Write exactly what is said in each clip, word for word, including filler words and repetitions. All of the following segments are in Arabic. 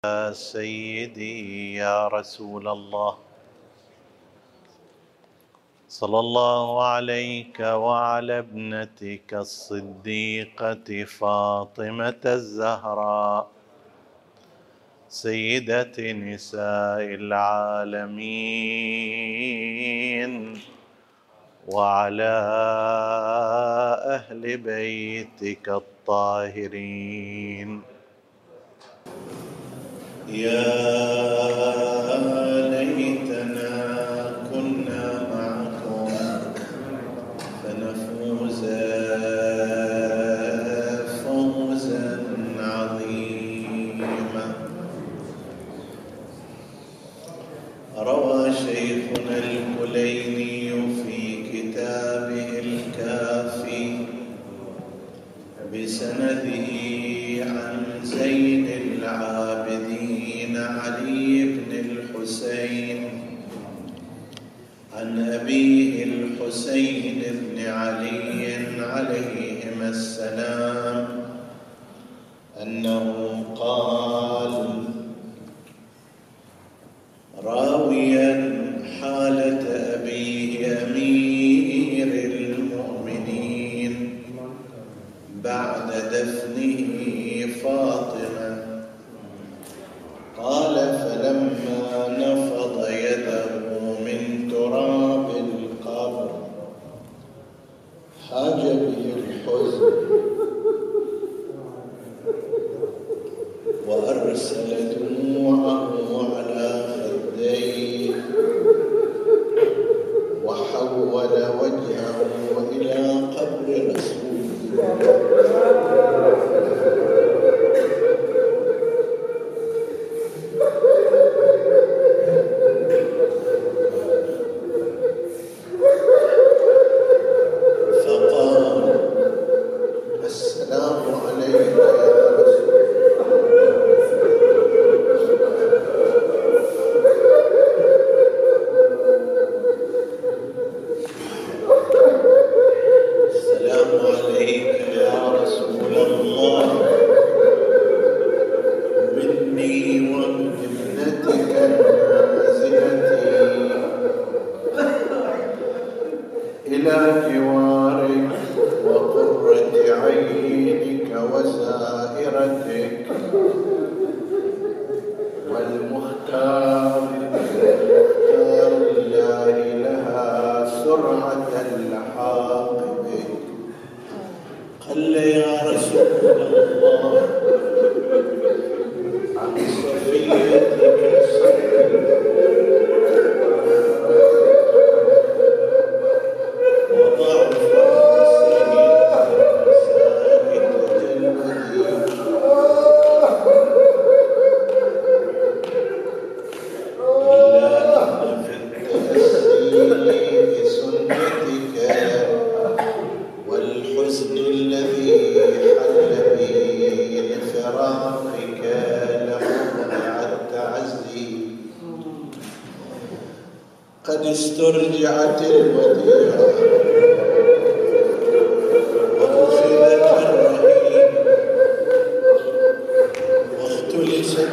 يا سيدي يا رسول الله، صلى الله عليك وعلى ابنتك الصديقة فاطمة الزهراء سيدة نساء العالمين، وعلى أهل بيتك الطاهرين. يا ليتنا كنا معكم فنفوز فوزا عظيما. روى شيخنا الكليني في كتابه الكافي بسنده عن زين العابدين علي بن الحسين عن أبيه الحسين بن علي عليهما السلام أنه قال راويا حالة أبيه أمير المؤمنين بعد دفنه فاطمة، قال فلما نفض يده من تراب القبر حاج به الحزن وأرسل دموعه على خديه وحول وجهه إلى قبر رسول فقال السلام عليك يا رسول السلام عليك يا رسول الله مني ومن ابنتك النازلة إلى جوارك وقرة عينك وسائرتك والمختار مختار الله لها سرعة اللحاق بك. قل يا رسول الله عن صفيتك وضعف والحزن الذي حل بي لفراقك لموضع التعزي قد استرجعت الوديعة وأخذت الرهين واختلست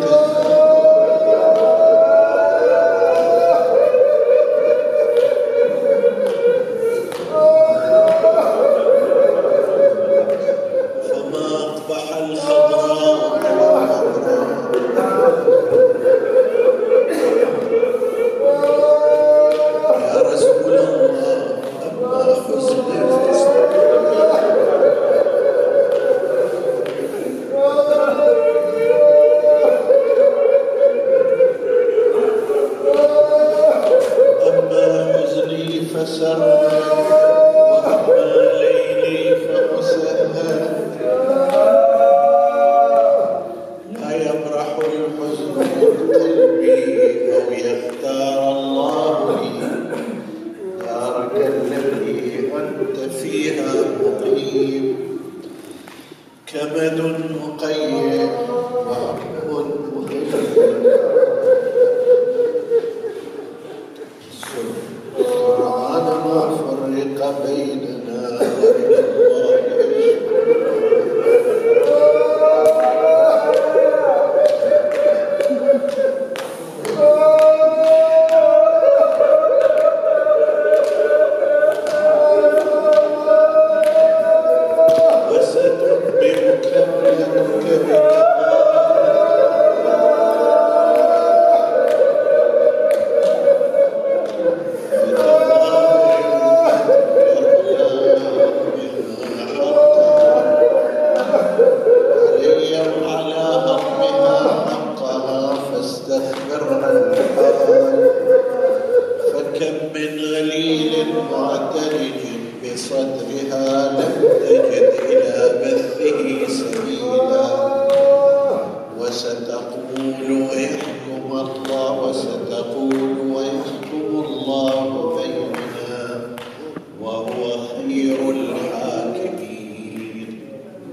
الله وستقول ويحكم الله بيننا وهو خير الحاكمين.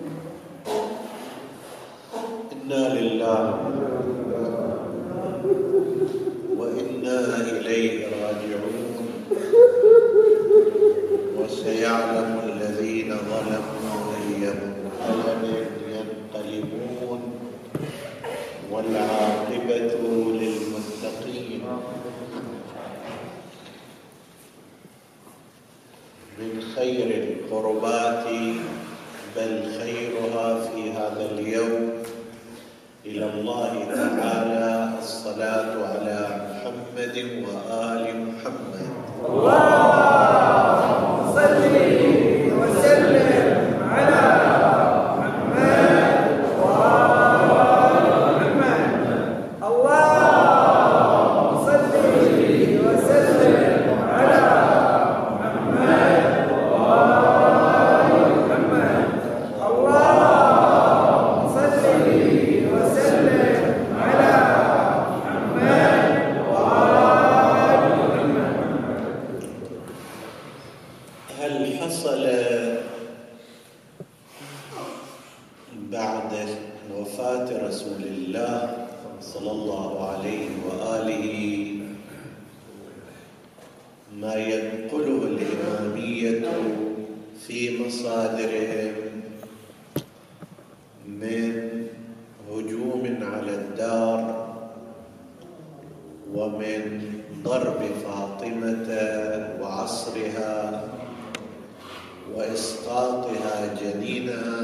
إنا لله وإنا إليه راجعون. وسيعلم الذين ظلموا أي منقلب ينقلبون والعاقبة للمتقين. من خير القربات بل خيرها في هذا اليوم إلى الله تعالى الصلاة على محمد وآل محمد. اللهم صل وسلم على محمد وآل محمد. اللهم صل وسلم على محمد وآل محمد. اللهم صل وسلم على محمد وآل محمد. هل حصل بعد وفاة رسول الله صلى الله عليه وآله ما ينقله الإمامية في مصادرهم من هجوم على الدار ومن ضرب فاطمة وعصرها وإسقاطها جنينها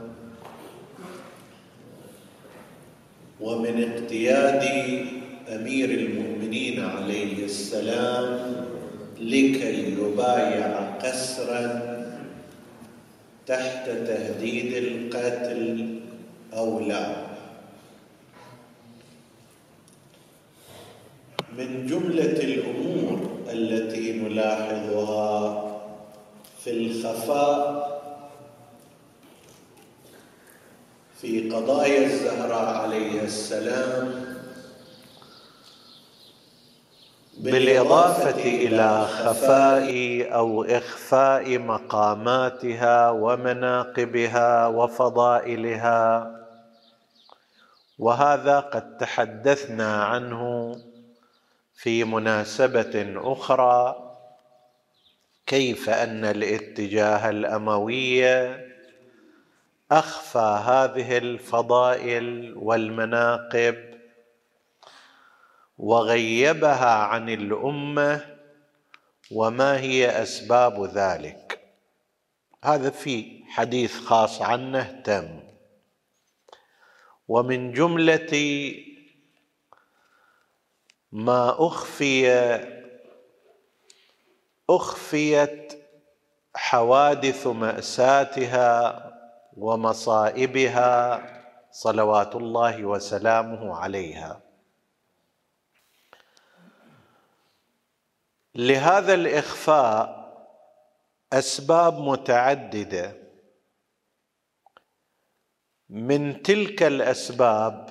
ومن اقتياد أمير المؤمنين عليه السلام لكي يبايع قسرا تحت تهديد القتل أو لا. من جملة الأمور التي نلاحظها في الخفاء في قضايا الزهراء عليه السلام بالإضافة إلى خفاء أو إخفاء مقاماتها ومناقبها وفضائلها، وهذا قد تحدثنا عنه في مناسبة أخرى، كيف أن الاتجاه الأموي أخفى هذه الفضائل والمناقب وغيبها عن الأمة، وما هي أسباب ذلك. هذا في حديث خاص عنه تم. ومن جملة ما أخفي أخفيت حوادث مأساتها ومصائبها صلوات الله وسلامه عليها. لهذا الإخفاء أسباب متعددة. من تلك الأسباب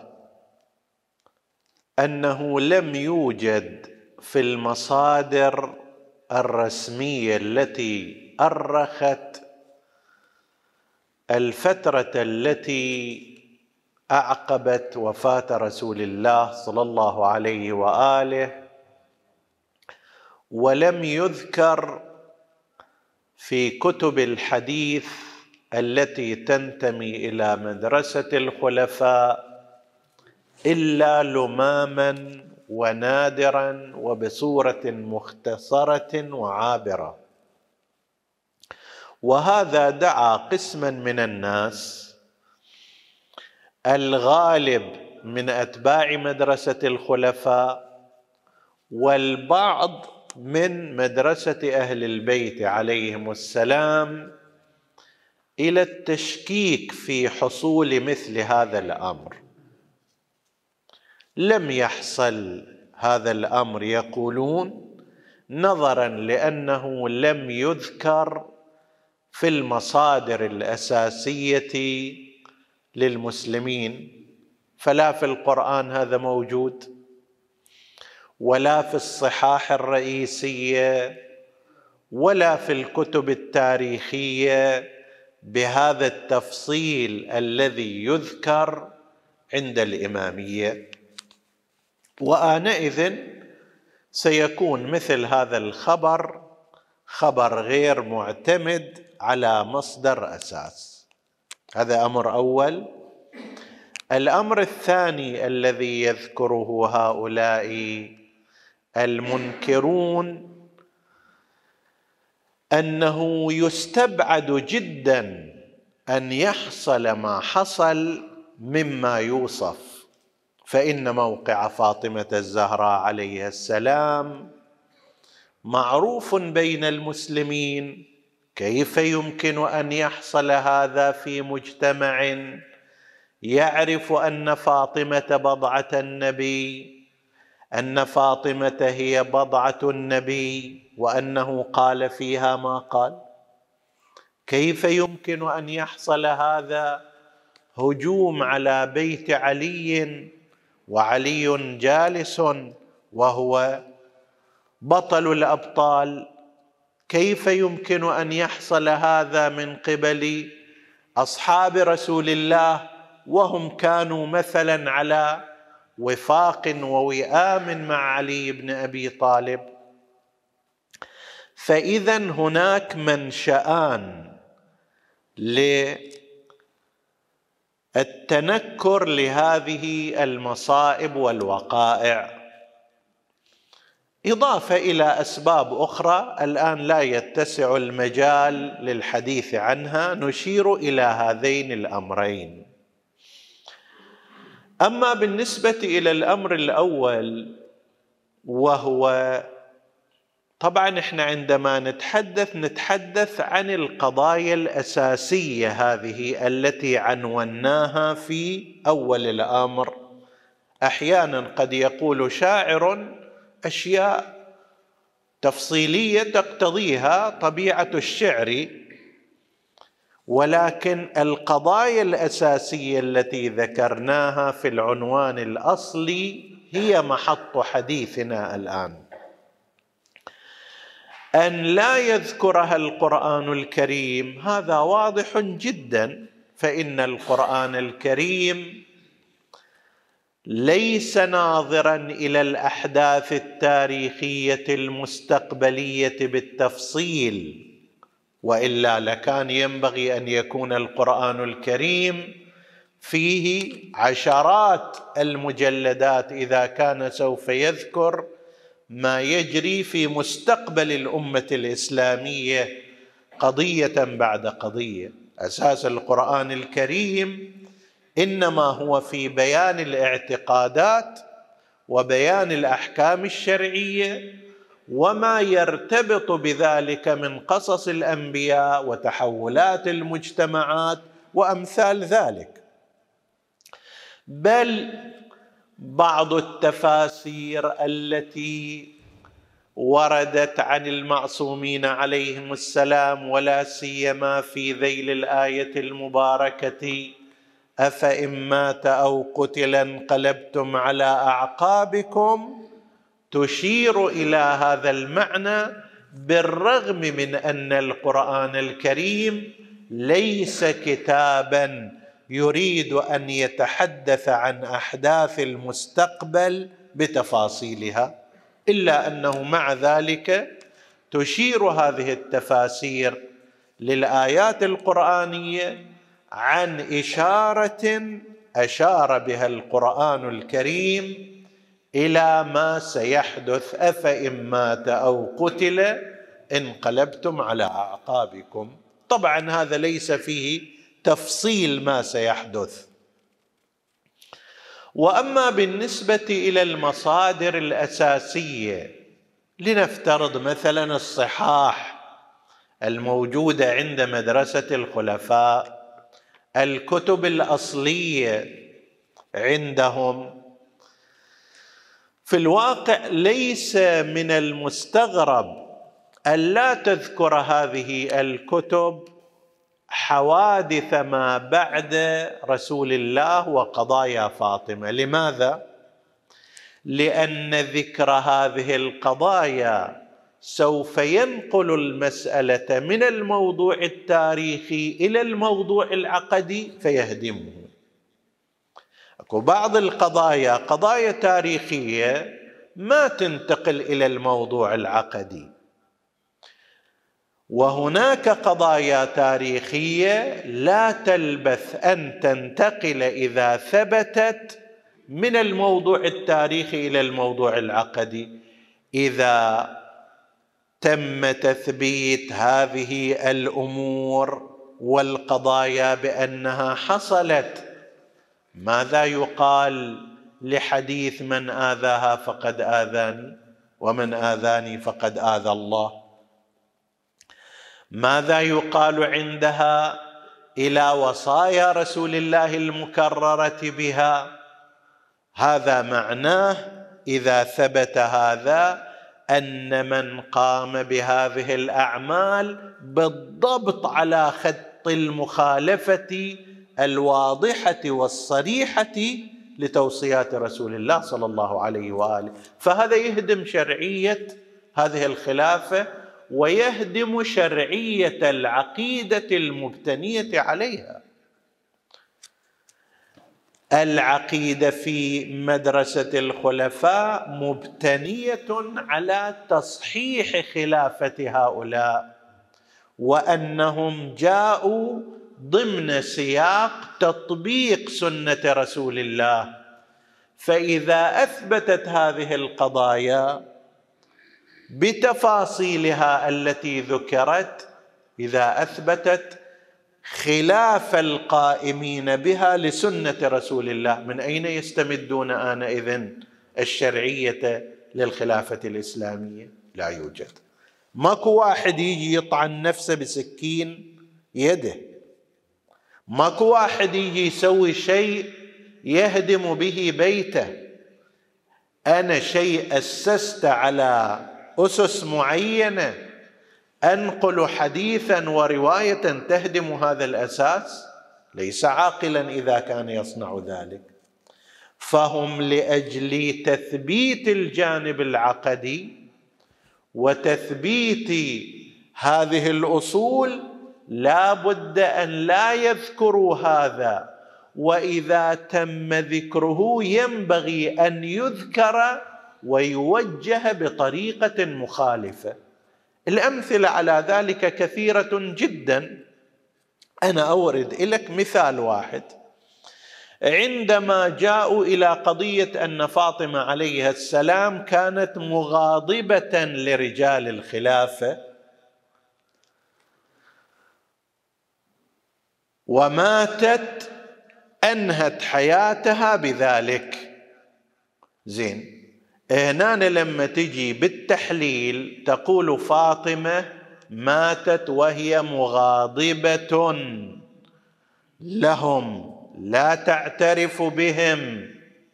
أنه لم يوجد في المصادر الرسمية التي أرخت الفترة التي أعقبت وفاة رسول الله صلى الله عليه وآله، ولم يذكر في كتب الحديث التي تنتمي إلى مدرسة الخلفاء إلا لماما ونادرا وبصورة مختصرة وعابرة. وهذا دعا قسما من الناس الغالب من أتباع مدرسة الخلفاء والبعض من مدرسة أهل البيت عليهم السلام إلى التشكيك في حصول مثل هذا الأمر. لم يحصل هذا الأمر يقولون، نظرا لأنه لم يذكر في المصادر الأساسية للمسلمين، فلا في القرآن هذا موجود، ولا في الصحاح الرئيسية ولا في الكتب التاريخية بهذا التفصيل الذي يذكر عند الإمامية. وآنئذ سيكون مثل هذا الخبر خبر غير معتمد على مصدر أساس. هذا أمر أول. الأمر الثاني الذي يذكره هؤلاء المنكرون أنه يستبعد جدا أن يحصل ما حصل مما يوصف، فإن موقع فاطمة الزهراء عليها السلام معروف بين المسلمين، كيف يمكن أن يحصل هذا في مجتمع يعرف أن فاطمة بضعة النبي، أن فاطمة هي بضعة النبي، وأنه قال فيها ما قال؟ كيف يمكن أن يحصل هذا هجوم على بيت علي وعلي جالس وهو بطل الأبطال؟ كيف يمكن أن يحصل هذا من قبل أصحاب رسول الله وهم كانوا مثلا على وفاق ووئام مع علي بن أبي طالب؟ فإذا هناك منشآن للتنكر لهذه المصائب والوقائع، إضافة إلى أسباب أخرى الآن لا يتسع المجال للحديث عنها، نشير إلى هذين الأمرين. أما بالنسبة إلى الأمر الأول، وهو طبعا إحنا عندما نتحدث نتحدث عن القضايا الأساسية هذه التي عنوناها في أول الأمر. أحيانا قد يقول شاعر أشياء تفصيلية تقتضيها طبيعة الشعر، ولكن القضايا الأساسية التي ذكرناها في العنوان الأصلي هي محط حديثنا الآن. أن لا يذكرها القرآن الكريم هذا واضح جدا، فإن القرآن الكريم ليس ناظرا إلى الأحداث التاريخية المستقبلية بالتفصيل، وإلا لكان ينبغي أن يكون القرآن الكريم فيه عشرات المجلدات إذا كان سوف يذكر ما يجري في مستقبل الأمة الإسلامية قضية بعد قضية. أساس القرآن الكريم إنما هو في بيان الاعتقادات وبيان الأحكام الشرعية وما يرتبط بذلك من قصص الأنبياء وتحولات المجتمعات وأمثال ذلك. بل بعض التفاسير التي وردت عن المعصومين عليهم السلام، ولا سيما في ذيل الآية المباركة أفإن مات أو قتل انقلبتم على أعقابكم، تشير إلى هذا المعنى، بالرغم من أن القرآن الكريم ليس كتابا يريد أن يتحدث عن أحداث المستقبل بتفاصيلها، إلا أنه مع ذلك تشير هذه التفاسير للآيات القرآنية عن إشارة أشار بها القرآن الكريم إلى ما سيحدث. أفإن مات أو قتل انقلبتم على أعقابكم. طبعا هذا ليس فيه تفصيل ما سيحدث. وأما بالنسبة إلى المصادر الأساسية، لنفترض مثلا الصحاح الموجودة عند مدرسة الخلفاء، الكتب الأصلية عندهم، في الواقع ليس من المستغرب ألا تذكر هذه الكتب حوادث ما بعد رسول الله وقضايا فاطمة. لماذا؟ لأن ذكر هذه القضايا سوف ينقل المسألة من الموضوع التاريخي إلى الموضوع العقدي فيهدمه. أكو بعض القضايا قضايا تاريخية ما تنتقل إلى الموضوع العقدي، وهناك قضايا تاريخية لا تلبث أن تنتقل إذا ثبتت من الموضوع التاريخي إلى الموضوع العقدي، إذا تم تثبيت هذه الأمور والقضايا بأنها حصلت. ماذا يقال لحديث من آذاها فقد آذاني ومن آذاني فقد آذى الله؟ ماذا يقال عندها إلى وصايا رسول الله المكررة بها؟ هذا معناه إذا ثبت هذا أن من قام بهذه الأعمال بالضبط على خط المخالفة الواضحة والصريحة لتوصيات رسول الله صلى الله عليه وآله، فهذا يهدم شرعية هذه الخلافة ويهدم شرعية العقيدة المبتنية عليها. العقيدة في مدرسة الخلفاء مبتنية على تصحيح خلافة هؤلاء، وأنهم جاءوا ضمن سياق تطبيق سنة رسول الله. فإذا أثبتت هذه القضايا بتفاصيلها التي ذكرت، إذا أثبتت خلاف القائمين بها لسنة رسول الله، من أين يستمدون آنئذ الشرعية للخلافة الإسلامية؟ لا يوجد. ماكو واحد يجي يطعن نفسه بسكين يده، ماكو واحد يجي يسوي شيء يهدم به بيته. أنا شيء أسست على أسس معينة أنقل حديثا ورواية تهدم هذا الأساس، ليس عاقلا إذا كان يصنع ذلك. فهم لأجل تثبيت الجانب العقدي وتثبيت هذه الأصول لا بد أن لا يذكروا هذا، وإذا تم ذكره ينبغي أن يذكر ويوجه بطريقة مخالفة. الأمثلة على ذلك كثيرة جدا. أنا أورد لك مثال واحد. عندما جاءوا إلى قضية أن فاطمة عليها السلام كانت مغاضبة لرجال الخلافة وماتت أنهت حياتها بذلك، زين، هنا لما تجي بالتحليل تقول فاطمة ماتت وهي مغاضبة لهم لا تعترف بهم.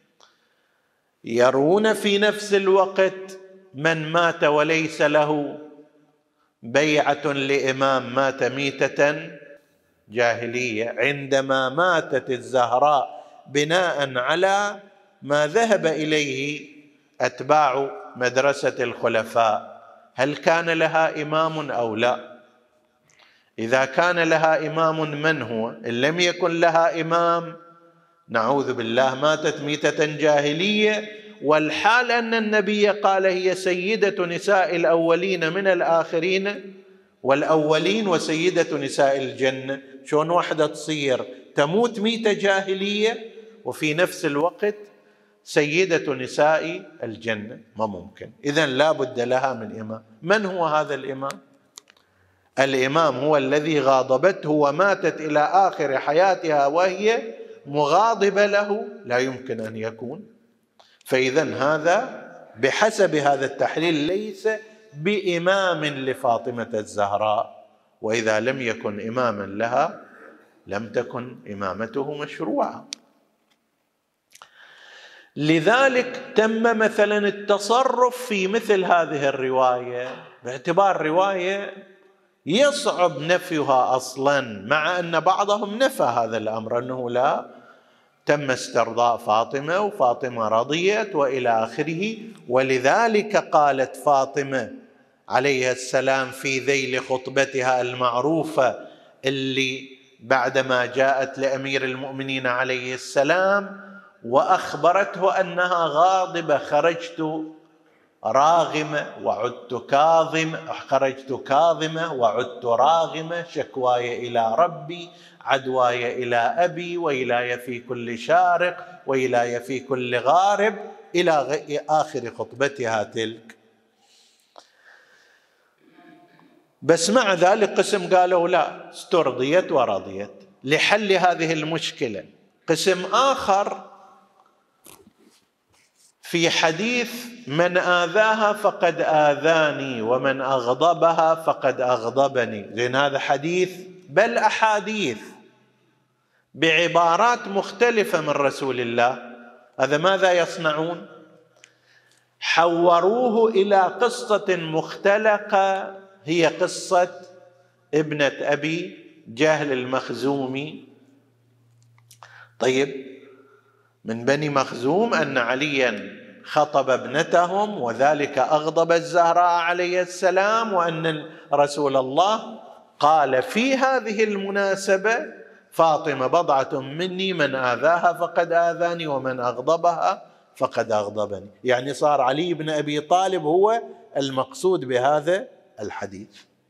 يرون في نفس الوقت من مات وليس له بيعة لإمام مات ميتة جاهلية، عندما ماتت الزهراء بناء على ما ذهب إليه أتباع مدرسة الخلفاء، هل كان لها إمام أو لا؟ إذا كان لها إمام من هو؟ إن لم يكن لها إمام نعوذ بالله ماتت ميتة جاهلية، والحال أن النبي قال هي سيدة نساء الأولين من الآخرين والأولين وسيدة نساء الجنة. شون واحدة تصير تموت ميتة جاهلية وفي نفس الوقت سيدة نساء الجنة؟ ما ممكن. إذن لا بد لها من إمام. من هو هذا الإمام؟ الإمام هو الذي غاضبته وماتت إلى آخر حياتها وهي مغاضبة له؟ لا يمكن أن يكون. فإذن هذا بحسب هذا التحليل ليس بإمام لفاطمة الزهراء، وإذا لم يكن إماما لها لم تكن إمامته مشروعة. لذلك تم مثلا التصرف في مثل هذه الرواية باعتبار رواية يصعب نفيها أصلا، مع أن بعضهم نفى هذا الأمر أنه لا تم استرضاء فاطمة وفاطمة رضيت وإلى آخره. ولذلك قالت فاطمة عليها السلام في ذيل خطبتها المعروفة اللي بعدما جاءت لأمير المؤمنين عليه السلام وأخبرته أنها غاضبة: خرجت راغمة وعدت كاظمة، خرجت كاظمة وعدت راغمة، شكواي إلى ربي، عدواي إلى أبي، وإلي في كل شارق، وإلي في كل غارب، إلى آخر خطبتها تلك. بس مع ذلك قسم قالوا لا، استرضيت ورضيت لحل هذه المشكلة. قسم آخر في حديث: من آذاها فقد آذاني ومن أغضبها فقد أغضبني. زين، هذا حديث بل أحاديث بعبارات مختلفة من رسول الله. هذا ماذا يصنعون؟ حوروه إلى قصة مختلقة، هي قصة ابنة أبي جهل المخزومي. طيب، من بني مخزوم أن عليا خطب ابنتهم وذلك أغضب الزهراء عليه السلام، وأن رسول الله قال في هذه المناسبة: فاطمة بضعة مني، من آذاها فقد آذاني ومن أغضبها فقد أغضبني. يعني صار علي بن أبي طالب هو المقصود بهذا الحديث.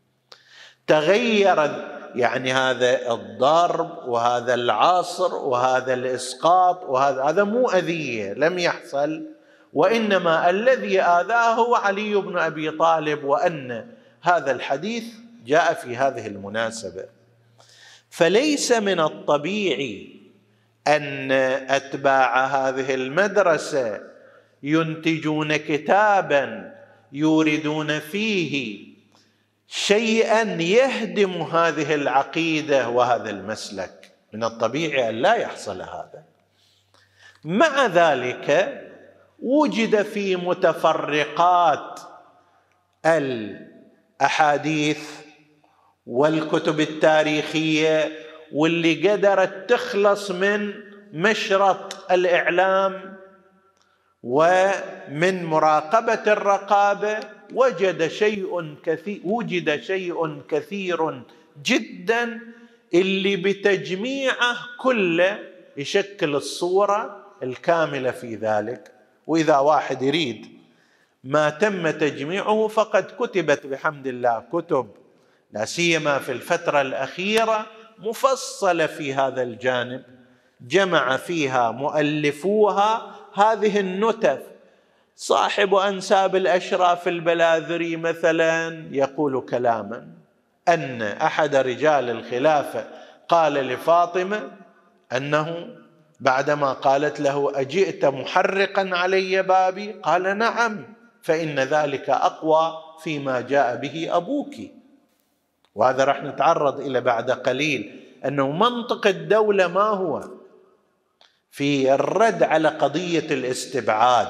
تغير يعني هذا الضرب وهذا العصر وهذا الإسقاط، وهذا هذا مو أذية، لم يحصل، وإنما الذي آذاه هو علي بن أبي طالب، وأن هذا الحديث جاء في هذه المناسبة. فليس من الطبيعي أن أتباع هذه المدرسة ينتجون كتابا يوردون فيه شيئا يهدم هذه العقيدة وهذا المسلك. من الطبيعي أن لا يحصل هذا. مع ذلك وجد في متفرقات الأحاديث والكتب التاريخية واللي قدرت تخلص من مشرط الإعلام ومن مراقبة الرقابة، وجد شيء كثير وجد شيء كثير جدا اللي بتجميعه كله يشكل الصورة الكاملة في ذلك. وإذا واحد يريد ما تم تجميعه فقد كتبت بحمد الله كتب، لا سيما في الفترة الأخيرة، مفصلة في هذا الجانب، جمع فيها مؤلفوها هذه النتف. صاحب أنساب الأشراف البلاذري مثلا يقول كلاما أن أحد رجال الخلافة قال لفاطمة أنه بعدما قالت له: أجئت محرقا علي بابي؟ قال: نعم، فإن ذلك أقوى فيما جاء به أبوك. وهذا راح نتعرض إلى بعد قليل، أنه منطق الدولة ما هو في الرد على قضية الاستبعاد.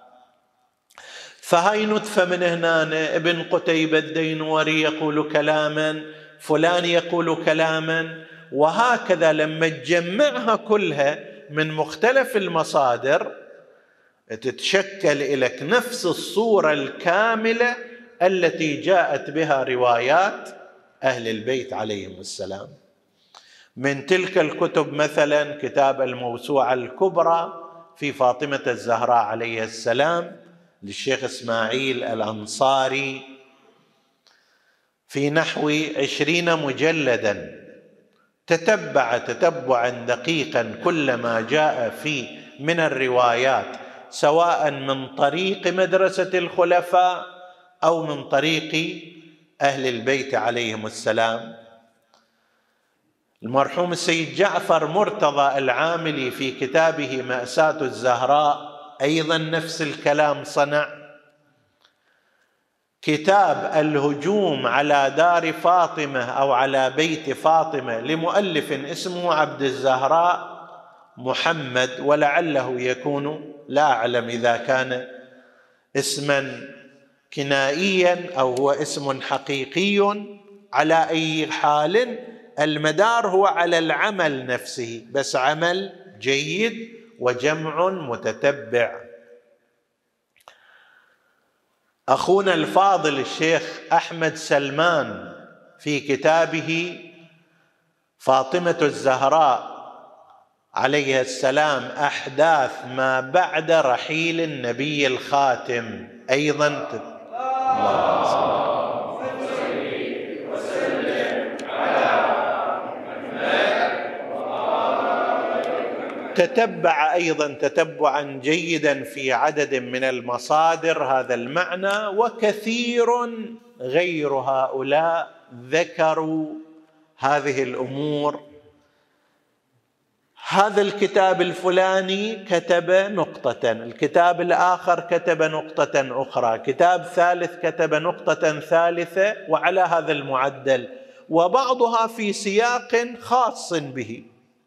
فهاي نتفة من هنا، ابن قتيبة الدينوري يقول كلاما، فلان يقول كلاما، وهكذا لما تجمعها كلها من مختلف المصادر تتشكل لك نفس الصورة الكاملة التي جاءت بها روايات أهل البيت عليهم السلام. من تلك الكتب مثلا كتاب الموسوعة الكبرى في فاطمة الزهراء عليه السلام للشيخ إسماعيل الأنصاري، في نحو عشرين مجلدا، تتبع تتبعا دقيقا كل ما جاء فيه من الروايات، سواء من طريق مدرسة الخلفاء أو من طريق أهل البيت عليهم السلام. المرحوم السيد جعفر مرتضى العاملي في كتابه مأساة الزهراء أيضا نفس الكلام صنع. كتاب الهجوم على دار فاطمة أو على بيت فاطمة لمؤلف اسمه عبد الزهراء محمد، ولعله يكون، لا أعلم إذا كان اسما كنائيا أو هو اسم حقيقي. على أي حال المدار هو على العمل نفسه، بس عمل جيد وجمع متتبع. أخونا الفاضل الشيخ أحمد سلمان في كتابه فاطمة الزهراء عليها السلام أحداث ما بعد رحيل النبي الخاتم أيضا تتبع أيضا تتبعا جيدا في عدد من المصادر هذا المعنى، وكثير غير هؤلاء ذكروا هذه الأمور. هذا الكتاب الفلاني كتب نقطة، الكتاب الآخر كتب نقطة أخرى، كتاب ثالث كتب نقطة ثالثة، وعلى هذا المعدل، وبعضها في سياق خاص به.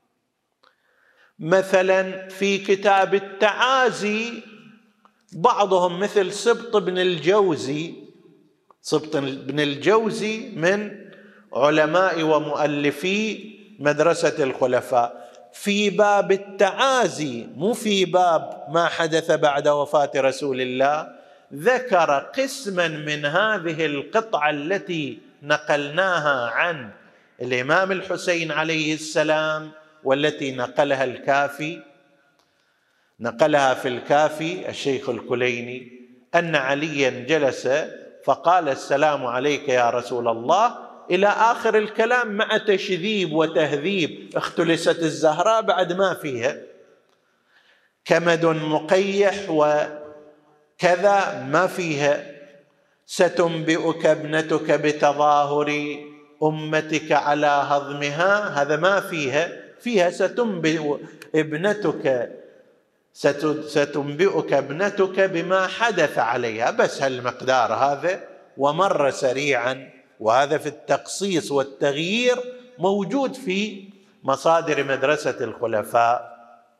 مثلا في كتاب التعازي بعضهم مثل سبط بن الجوزي، سبط بن الجوزي من علماء ومؤلفي مدرسة الخلفاء، في باب التعازي مو في باب ما حدث بعد وفاة رسول الله، ذكر قسما من هذه القطعة التي نقلناها عن الإمام الحسين عليه السلام والتي نقلها الكافي، نقلها في الكافي الشيخ الكليني، أن عليا جلس فقال السلام عليك يا رسول الله إلى آخر الكلام، مع تشذيب وتهذيب. اختلست الزهراء بعد ما فيها كمد مقيح وكذا ما فيها، ستنبئك ابنتك بتظاهر أمتك على هضمها، هذا ما فيها، فيها ستنبئ ابنتك ستنبئك ابنتك بما حدث عليها، بس هالمقدار هذا ومر سريعا. وهذا في التقصيص والتغيير موجود في مصادر مدرسة الخلفاء.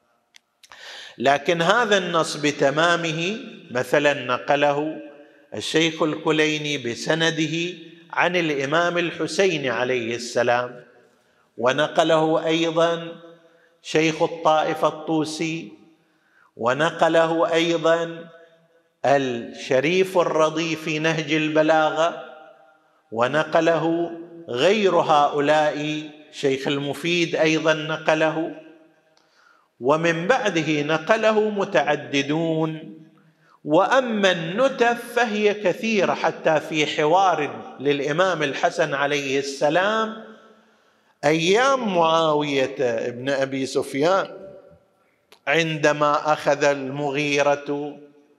لكن هذا النص بتمامه مثلا نقله الشيخ الكليني بسنده عن الإمام الحسين عليه السلام، ونقله أيضا شيخ الطائفة الطوسي، ونقله أيضا الشريف الرضي في نهج البلاغة، ونقله غير هؤلاء، شيخ المفيد أيضا نقله، ومن بعده نقله متعددون. وأما النتف فهي كثيرة، حتى في حوار للإمام الحسن عليه السلام أيام معاوية ابن أبي سفيان عندما أخذ المغيرة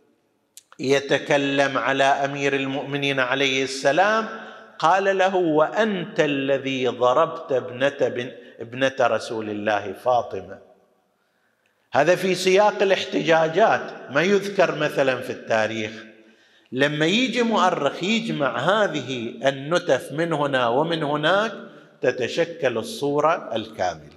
يتكلم على أمير المؤمنين عليه السلام، قال له: وأنت الذي ضربت ابنة, ابنة رسول الله فاطمة. هذا في سياق الاحتجاجات، ما يذكر مثلا في التاريخ. لما يجي مؤرخ يجمع هذه النتف من هنا ومن هناك تتشكل الصورة الكاملة.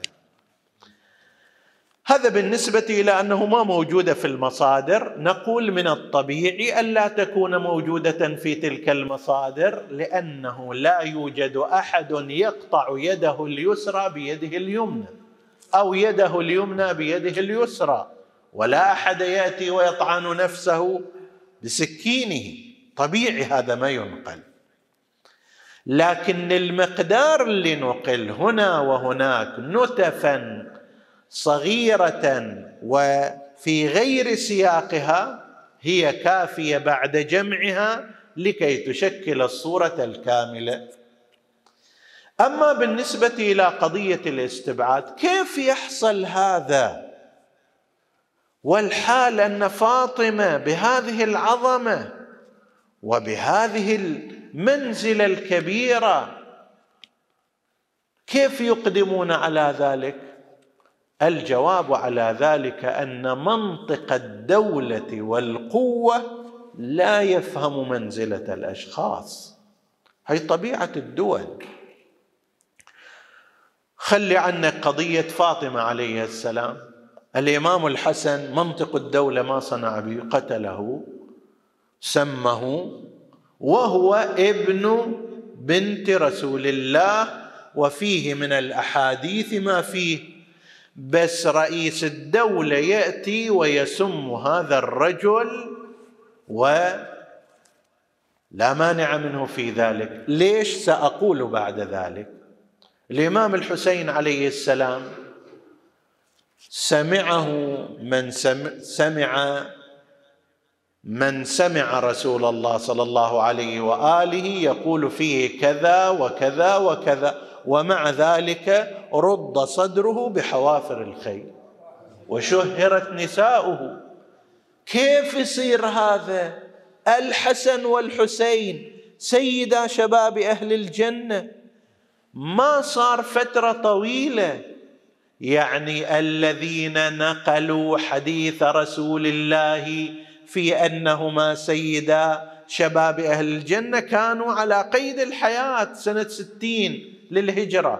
هذا بالنسبة إلى أنه ما موجودة في المصادر. نقول من الطبيعي ألا تكون موجودة في تلك المصادر، لأنه لا يوجد أحد يقطع يده اليسرى بيده اليمنى، أو يده اليمنى بيده اليسرى، ولا أحد يأتي ويطعن نفسه بسكينه، طبيعي هذا ما ينقل. لكن المقدار اللي نقل هنا وهناك نتفا صغيرة وفي غير سياقها هي كافية بعد جمعها لكي تشكل الصورة الكاملة. أما بالنسبة إلى قضية الاستبعاد، كيف يحصل هذا والحال أن فاطمة بهذه العظمة وبهذه المنزلة الكبيرة كيف يقدمون على ذلك؟ الجواب على ذلك أن منطق الدولة والقوة لا يفهم منزلة الأشخاص، هي طبيعة الدول. خلي عنك قضية فاطمة عليه السلام، الإمام الحسن منطق الدولة ما صنع به، قتله، سمه، وهو ابن بنت رسول الله، وفيه من الأحاديث ما فيه. بس رئيس الدولة يأتي ويسم هذا الرجل ولا مانع منه في ذلك. ليش؟ سأقول بعد ذلك. الإمام الحسين عليه السلام سمعه من سمع من سمع رسول الله صلى الله عليه وآله يقول فيه كذا وكذا وكذا، ومع ذلك رد صدره بحوافر الخيل وشهرت نساؤه. كيف يصير هذا؟ الحسن والحسين سيدا شباب أهل الجنة، ما صار فترة طويلة يعني الذين نقلوا حديث رسول الله في أنهما سيدا شباب أهل الجنة كانوا على قيد الحياة سنة ستين للهجرة.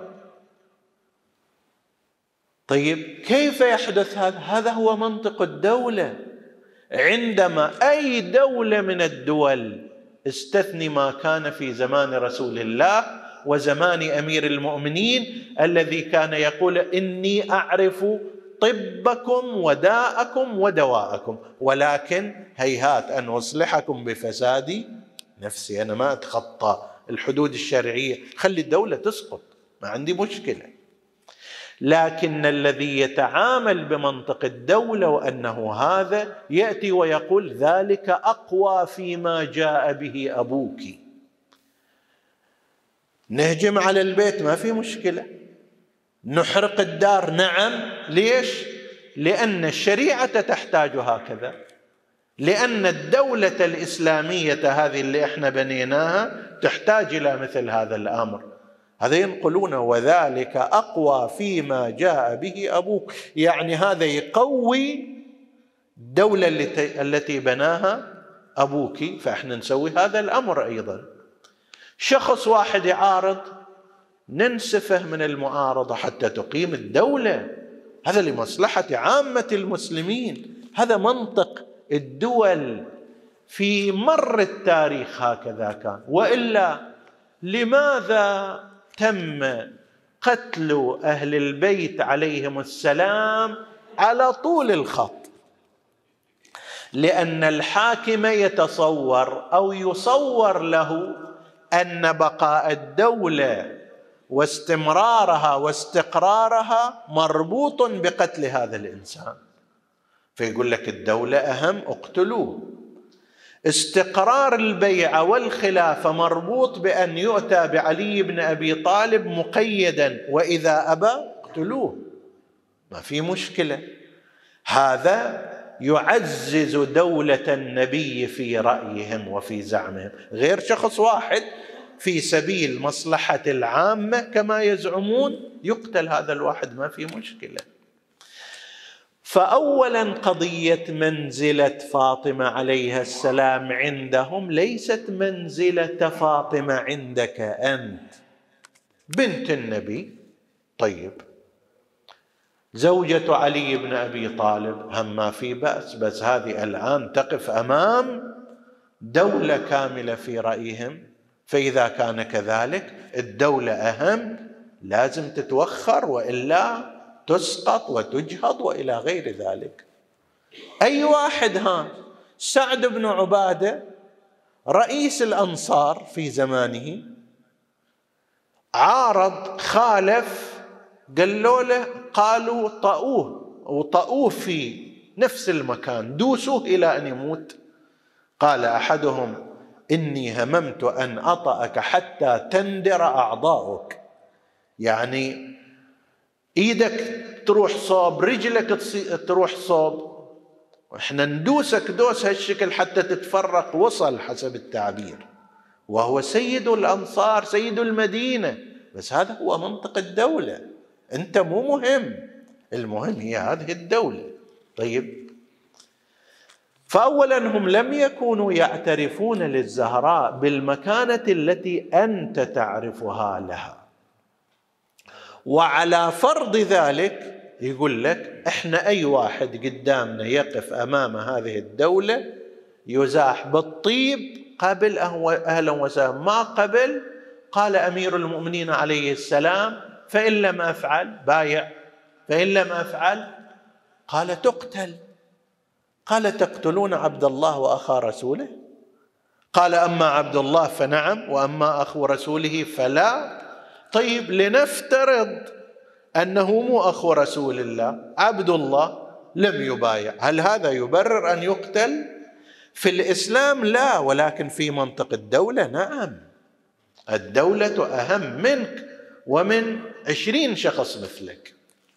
طيب كيف يحدث هذا؟ هذا هو منطق الدولة. عندما أي دولة من الدول، استثني ما كان في زمان رسول الله وزمان أمير المؤمنين الذي كان يقول إني أعرف طبكم وداءكم ودواءكم ولكن هيهات أن أصلحكم بفساد نفسي. أنا ما أتخطى الحدود الشرعية، خلي الدولة تسقط، ما عندي مشكلة. لكن الذي يتعامل بمنطق الدولة وأنه هذا يأتي ويقول ذلك أقوى فيما جاء به أبوك، نهجم على البيت ما في مشكلة، نحرق الدار نعم. ليش؟ لأن الشريعة تحتاج هكذا، لأن الدولة الإسلامية هذه اللي احنا بنيناها تحتاج إلى مثل هذا الأمر. هذا ينقلونه وذلك أقوى فيما جاء به أبوك، يعني هذا يقوي الدولة التي بناها أبوك، فإحنا نسوي هذا الأمر أيضا. شخص واحد يعارض ننسفه من المعارضة حتى تقيم الدولة، هذا لمصلحة عامة المسلمين. هذا منطق الدول في مر التاريخ، هكذا كان. وإلا لماذا تم قتل أهل البيت عليهم السلام على طول الخط؟ لأن الحاكم يتصور أو يصور له أن بقاء الدولة واستمرارها واستقرارها مربوط بقتل هذا الإنسان، فيقول لك الدولة أهم، اقتلوه. استقرار البيعة والخلافة مربوط بأن يؤتى بعلي بن أبي طالب مقيدا، وإذا أبى اقتلوه، ما في مشكلة. هذا يعزز دولة النبي في رأيهم وفي زعمهم، غير شخص واحد في سبيل مصلحة العامة كما يزعمون يقتل هذا الواحد، ما في مشكلة. فأولا قضية منزلة فاطمة عليها السلام عندهم ليست منزلة فاطمة عندك أنت، بنت النبي. طيب زوجة علي بن أبي طالب هم ما في بأس، بس هذه الآن تقف أمام دولة كاملة في رأيهم، فإذا كان كذلك الدولة أهم، لازم تتوخر وإلا تسقط وتجهض وإلى غير ذلك. أي واحد ها سعد بن عبادة رئيس الأنصار في زمانه عارض، خالف، قالوا له قالوا طأوه وطأوه في نفس المكان، دوسوه إلى أن يموت. قال أحدهم إني هممت أن أطأك حتى تندر أعضاؤك، يعني إيدك تروح صوب، رجلك تروح صوب، وإحنا ندوسك دوس هالشكل حتى تتفرق. وصل حسب التعبير، وهو سيد الأنصار سيد المدينة، بس هذا هو منطق الدولة. أنت مو مهم، المهم هي هذه الدولة. طيب، فأولا هم لم يكونوا يعترفون للزهراء بالمكانة التي أنت تعرفها لها، وعلى فرض ذلك يقول لك إحنا أي واحد قدامنا يقف أمام هذه الدولة يزاح بالطيب قبل أهلا وسهلا، ما قبل قال أمير المؤمنين عليه السلام فإن لم أفعل بايع فإن لم أفعل قال تقتل. قال تقتلون عبد الله وأخا رسوله؟ قال أما عبد الله فنعم وأما أخو رسوله فلا. طيب لنفترض أنه مو أخو رسول الله، عبد الله لم يبايع، هل هذا يبرر أن يقتل؟ في الإسلام لا، ولكن في منطق الدولة نعم. الدولة أهم منك ومن عشرين شخص مثلك.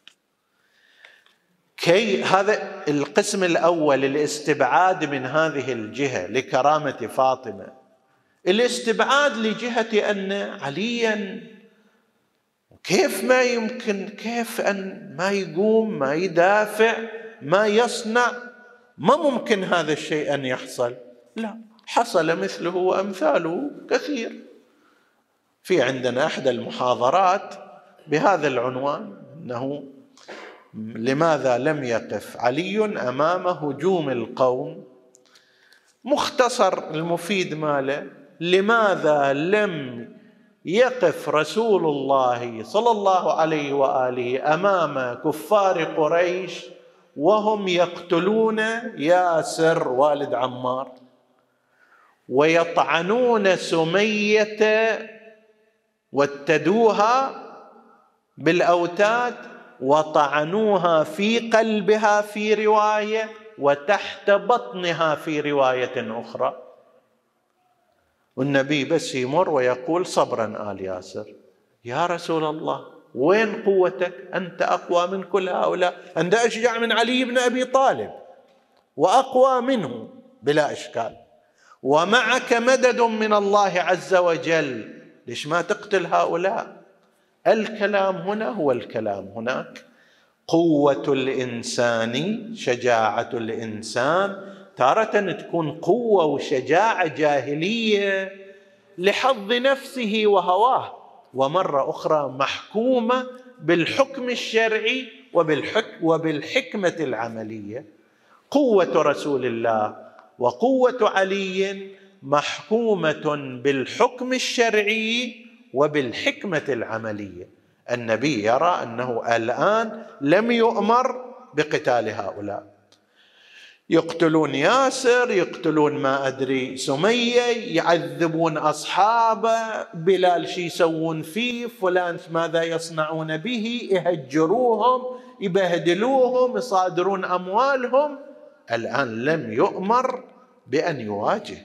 كي هذا القسم الأول، الاستبعاد من هذه الجهة لكرامة فاطمة. الاستبعاد لجهة أن عليا كيف ما يمكن، كيف أن ما يقوم، ما يدافع، ما يصنع، ما ممكن هذا الشيء أن يحصل. لا، حصل مثله وأمثاله كثير. في عندنا أحد المحاضرات بهذا العنوان، أنه لماذا لم يقف علي أمام هجوم القوم؟ مختصر المفيد ماله: لماذا لم يقف رسول الله صلى الله عليه وآله أمام كفار قريش وهم يقتلون ياسر والد عمار، ويطعنون سمية واتدوها بالأوتاد وطعنوها في قلبها في رواية وتحت بطنها في رواية أخرى، والنبي بس يمر ويقول صبرا آل ياسر. يا رسول الله وين قوتك؟ أنت أقوى من كل هؤلاء، أنت أشجع من علي بن أبي طالب وأقوى منه بلا إشكال، ومعك مدد من الله عز وجل، ليش ما تقتل هؤلاء؟ الكلام هنا هو الكلام هناك. قوة الإنسان، شجاعة الإنسان تارة تكون قوة وشجاعة جاهلية لحظ نفسه وهواه، ومرة أخرى محكومة بالحكم الشرعي وبالحكمة العملية. قوة رسول الله وقوة علي محكومة بالحكم الشرعي وبالحكمة العملية. النبي يرى أنه الآن لم يؤمر بقتال هؤلاء، يقتلون ياسر، يقتلون ما أدري سمية، يعذبون أصحابه، بلال شي يسوون فيه، فلان ماذا يصنعون به، يهجروهم، يبهدلوهم، يصادرون أموالهم. الآن لم يؤمر بأن يواجه.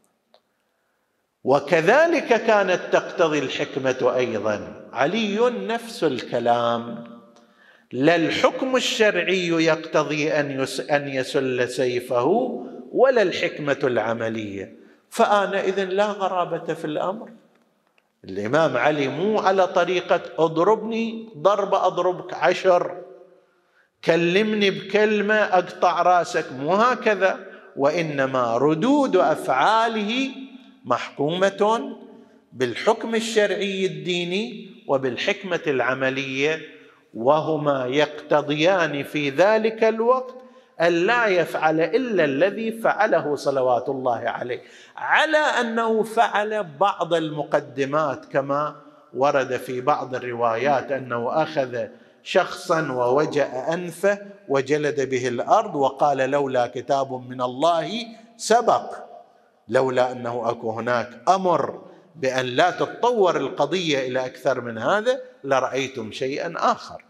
وكذلك كانت تقتضي الحكمة أيضا. علي نفس الكلام، لا الحكم الشرعي يقتضي أن يسل سيفه ولا الحكمة العملية، فآنئذ لا غرابة في الأمر. الإمام علي مو على طريقة أضربني ضربة أضربك عشر، كلمني بكلمة أقطع راسك، مو هكذا، وإنما ردود أفعاله محكومة بالحكم الشرعي الديني وبالحكمة العملية، وهما يقتضيان في ذلك الوقت أن لا يفعل إلا الذي فعله صلوات الله عليه، على أنه فعل بعض المقدمات كما ورد في بعض الروايات أنه أخذ شخصا ووجأ أنفه وجلد به الأرض وقال لولا كتاب من الله سبق، لولا أنه أكو هناك أمر بأن لا تتطور القضية إلى أكثر من هذا لرأيتم شيئا آخر.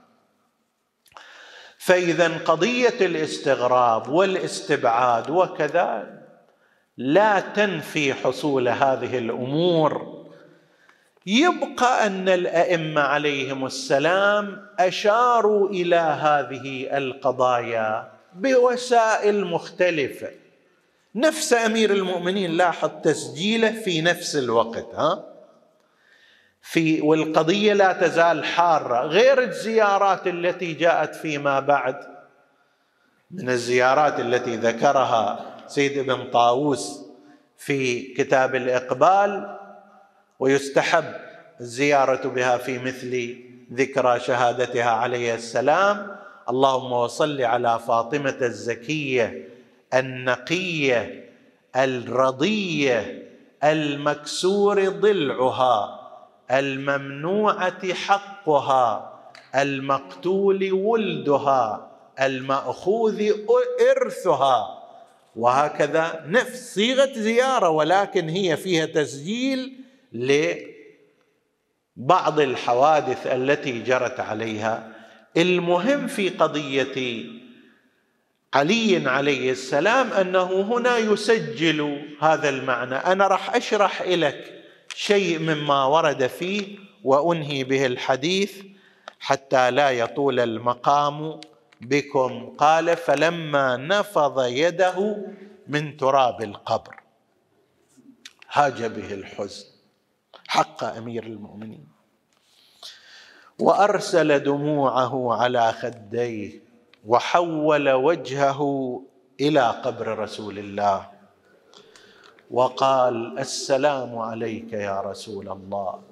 فإذا قضية الاستغراب والاستبعاد وكذا لا تنفي حصول هذه الأمور. يبقى أن الأئمة عليهم السلام أشاروا إلى هذه القضايا بوسائل مختلفة. نفس أمير المؤمنين لاحظ تسجيله في نفس الوقت، ها في والقضية لا تزال حارة، غير الزيارات التي جاءت فيما بعد من الزيارات التي ذكرها سيد ابن طاووس في كتاب الإقبال، ويستحب الزيارة بها في مثل ذكرى شهادتها عليه السلام. اللهم وصل على فاطمة الزكية النقية الرضية المكسور ضلعها الممنوعة حقها المقتول ولدها المأخوذ إرثها، وهكذا نفس صيغة زيارة، ولكن هي فيها تسجيل لبعض الحوادث التي جرت عليها. المهم في قضية علي عليه السلام أنه هنا يسجل هذا المعنى. أنا راح أشرح لك شيء مما ورد فيه وأنهي به الحديث حتى لا يطول المقام بكم. قال: فلما نفض يده من تراب القبر هاج به الحزن حق أمير المؤمنين، وأرسل دموعه على خديه، وحول وجهه إلى قبر رسول الله وقال: السلام عليك يا رسول الله،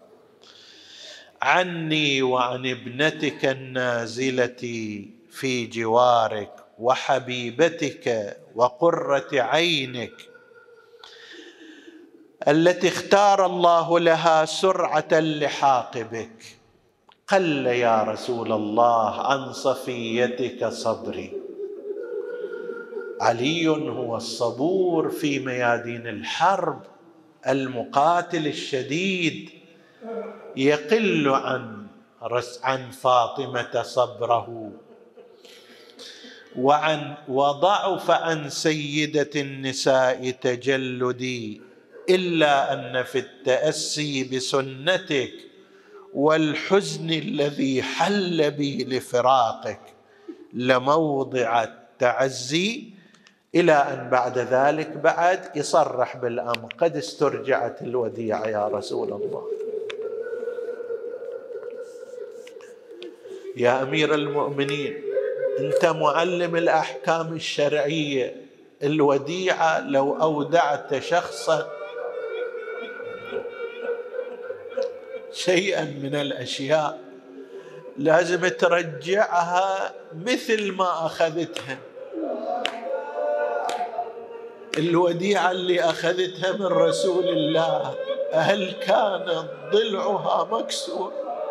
عني وعن ابنتك النازلة في جوارك وحبيبتك وقرة عينك التي اختار الله لها سرعة اللحاق بك. قل يا رسول الله عن صفيتك صبري. علي هو الصبور في ميادين الحرب، المقاتل الشديد، يقل عن عن فاطمة صبره، وعن وضعف عن سيدة النساء تجلدي، إلا أن في التأسي بسنتك والحزن الذي حل بي لفراقك لموضع التعزي، إلى أن بعد ذلك بعد يصرح بالأمر: قد استرجعت الوديعة يا رسول الله. يا أمير المؤمنين، أنت معلم الأحكام الشرعية، الوديعة لو أودعت شخصا شيئا من الأشياء لازم ترجعها مثل ما أخذتها. الوديعة اللي أخذتها من رسول الله هل كان ضلعها مكسور؟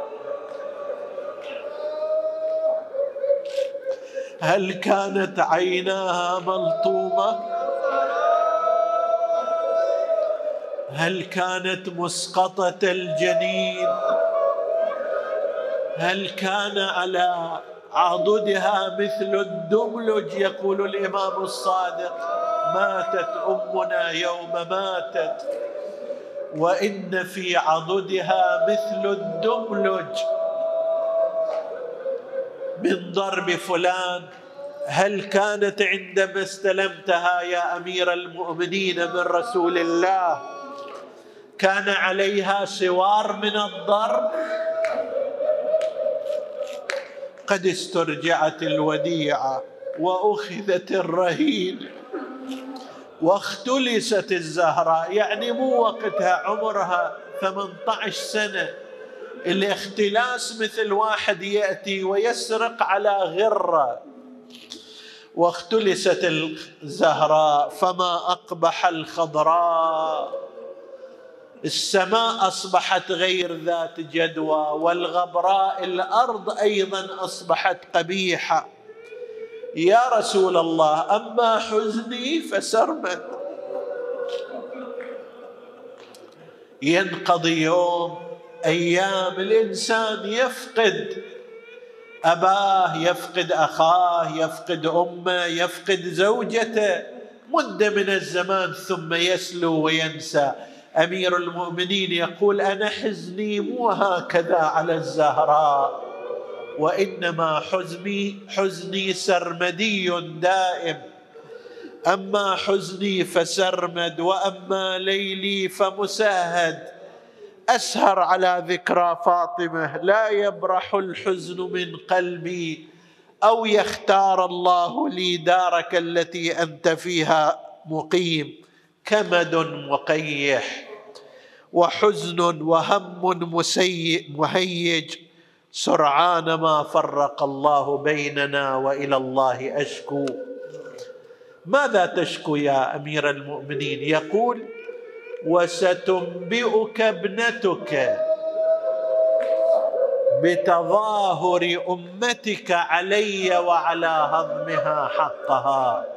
هل كانت عيناها ملطومة؟ هل كانت مسقطة الجنين؟ هل كان على عضدها مثل الدملج؟ يقول الإمام الصادق: ماتت أمنا يوم ماتت وإن في عضدها مثل الدملج من ضرب فلان. هل كانت عندما استلمتها يا أمير المؤمنين من رسول الله كان عليها سوار من الضرب؟ قد استرجعت الوديعة وأخذت الرهين واختلست الزهراء، يعني مو وقتها، عمرها ثمانية عشر سنة. الاختلاس مثل واحد يأتي ويسرق على غرة. واختلست الزهراء فما أقبح الخضراء، السماء أصبحت غير ذات جدوى، والغبراء الأرض أيضا أصبحت قبيحة. يا رسول الله، أما حزني فسرمد. ينقضي يوم، أيام، الإنسان يفقد أباه، يفقد أخاه، يفقد أمه، يفقد زوجته، مدة من الزمان ثم يسلو وينسى. أمير المؤمنين يقول: أنا حزني مو هكذا على الزهراء، وإنما حزني حزني سرمدي دائم. أما حزني فسرمد، وأما ليلي فمسهد. أسهر على ذكرى فاطمة، لا يبرح الحزن من قلبي، أو يختار الله لي دارك التي أنت فيها مقيم. كمد مقيح وحزن وهم مسيء مهيج، سرعان ما فرق الله بيننا وإلى الله أشكو. ماذا تشكو يا أمير المؤمنين؟ يقول: وستنبئك ابنتك بتظاهر أمتك علي وعلى هضمها حقها.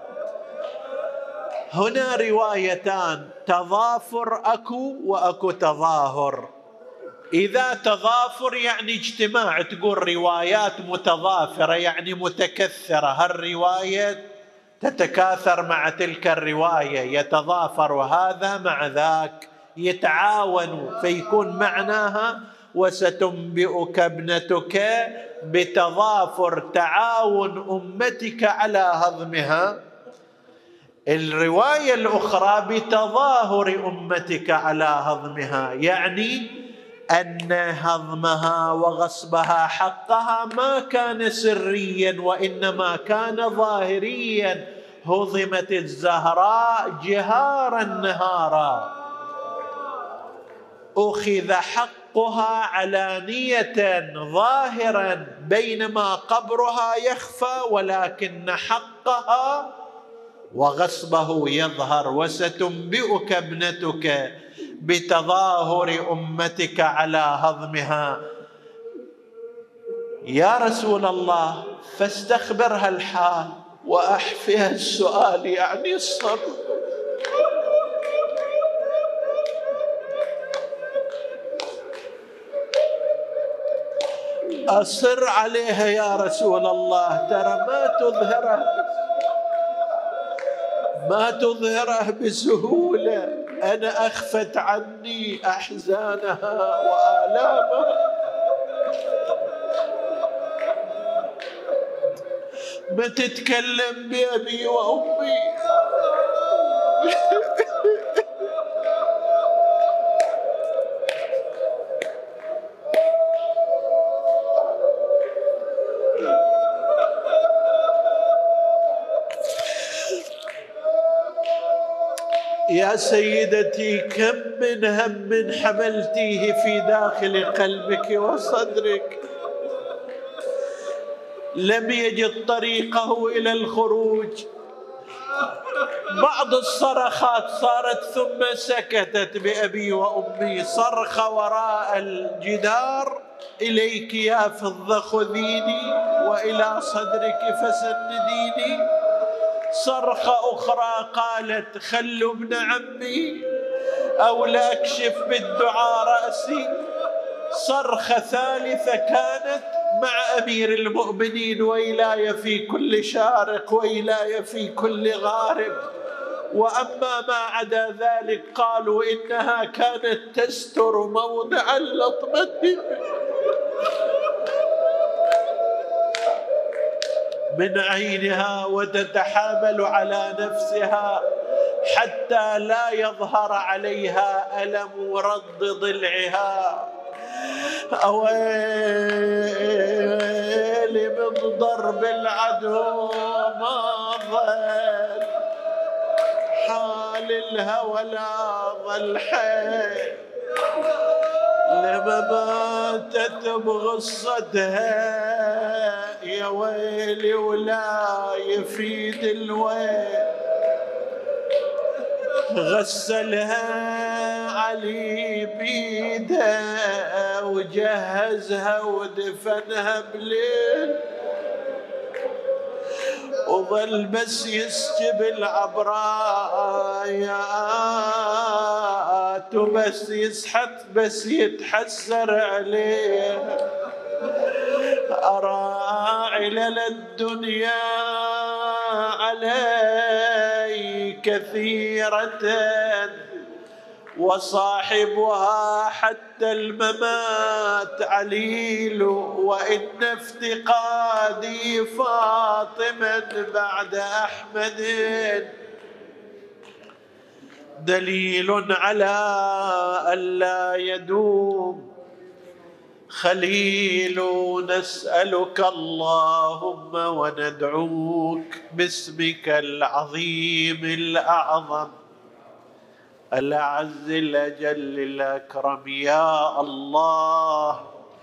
هنا روايتان، تضافر أكو وأكو تظاهر. إذا تضافر يعني اجتماع، تقول روايات متضافرة يعني متكثرة، هالرواية تتكاثر مع تلك الرواية، يتضافر هذا مع ذاك، يتعاون، فيكون معناها وستنبئك ابنتك بتضافر تعاون أمتك على هضمها. الرواية الأخرى بتظاهر أمتك على هضمها، يعني أن هضمها وغصبها حقها ما كان سريا وإنما كان ظاهريا. هضمت الزهراء جهارا نهارا، أخذ حقها علانية ظاهرا، بينما قبرها يخفى ولكن حقها وغصبه يظهر. وستنبئك ابنتك بتظاهر أمتك على هضمها. يا رسول الله، فاستخبرها الحال وأحفها السؤال، يعني الصبر. أصر عليها يا رسول الله، ترى ما تظهره ما تظهره بسهولة، أنا أخفت عني أحزانها وآلامها، ما تتكلم بأبي وأمي. يا سيدتي، كم من هم حملتيه في داخل قلبك وصدرك، لم يجد طريقه إلى الخروج. بعض الصرخات صارت ثم سكتت بأبي وأمي، صرخة وراء الجدار، إليك يا فضة خذيني وإلى صدرك فسنديني. صرخة أخرى قالت خلوا ابن عمي أو لا أكشف بالدعاء رأسي. صرخة ثالثة كانت مع أمير المؤمنين، وإلاي في كل شارق وإلاي في كل غارب. وأما ما عدا ذلك قالوا إنها كانت تستر موضع اللطمة من عينها وتتحامل على نفسها حتى لا يظهر عليها ألم رد ضلعها. أويلي من ضرب العدو ما ضل حال الهوى، لا ظل حي لما ماتت بغصتها. يا ويلي ولا يفيد الويل، غسلها علي بيده وجهزها ودفنها بليل، وظل بس يسجب العبرايات وبس يسحت بس يتحسر عليه. أرى علل الدنيا علي كثيرة وصاحبها حتى الممات عليل، وإن افتقادي فاطمة بعد أحمد دليل على ألا يدوم خليل. نسألك اللهم وندعوك باسمك العظيم الأعظم الأعز الأجل الأكرم، يا الله،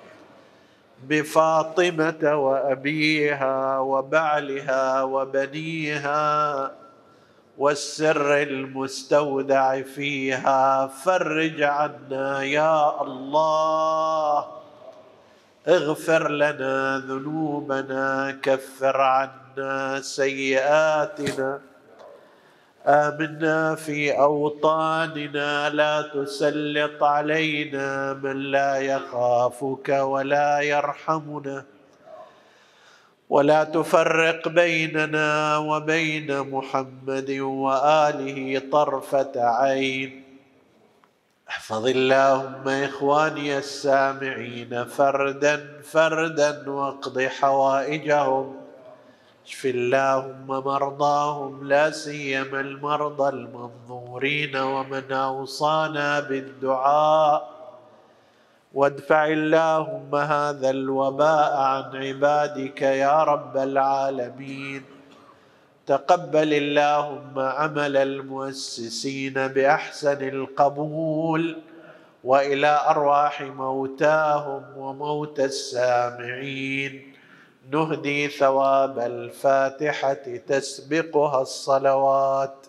بفاطمة وأبيها وبعلها وبنيها والسر المستودع فيها، فرج عنا يا الله اغفر لنا ذنوبنا، كفر عنا سيئاتنا، آمنا في أوطاننا، لا تسلط علينا من لا يخافك ولا يرحمنا، ولا تفرق بيننا وبين محمد وآله طرفة عين. احفظ اللهم إخواني السامعين فردا فردا، واقض حوائجهم، اشف اللهم مرضاهم، لا سيما المرضى المنظورين ومن أوصانا بالدعاء، وادفع اللهم هذا الوباء عن عبادك يا رب العالمين. تقبل اللهم عمل المؤسسين بأحسن القبول، وإلى أرواح موتاهم وموتى السامعين نهدي ثواب الفاتحة تسبقها الصلوات.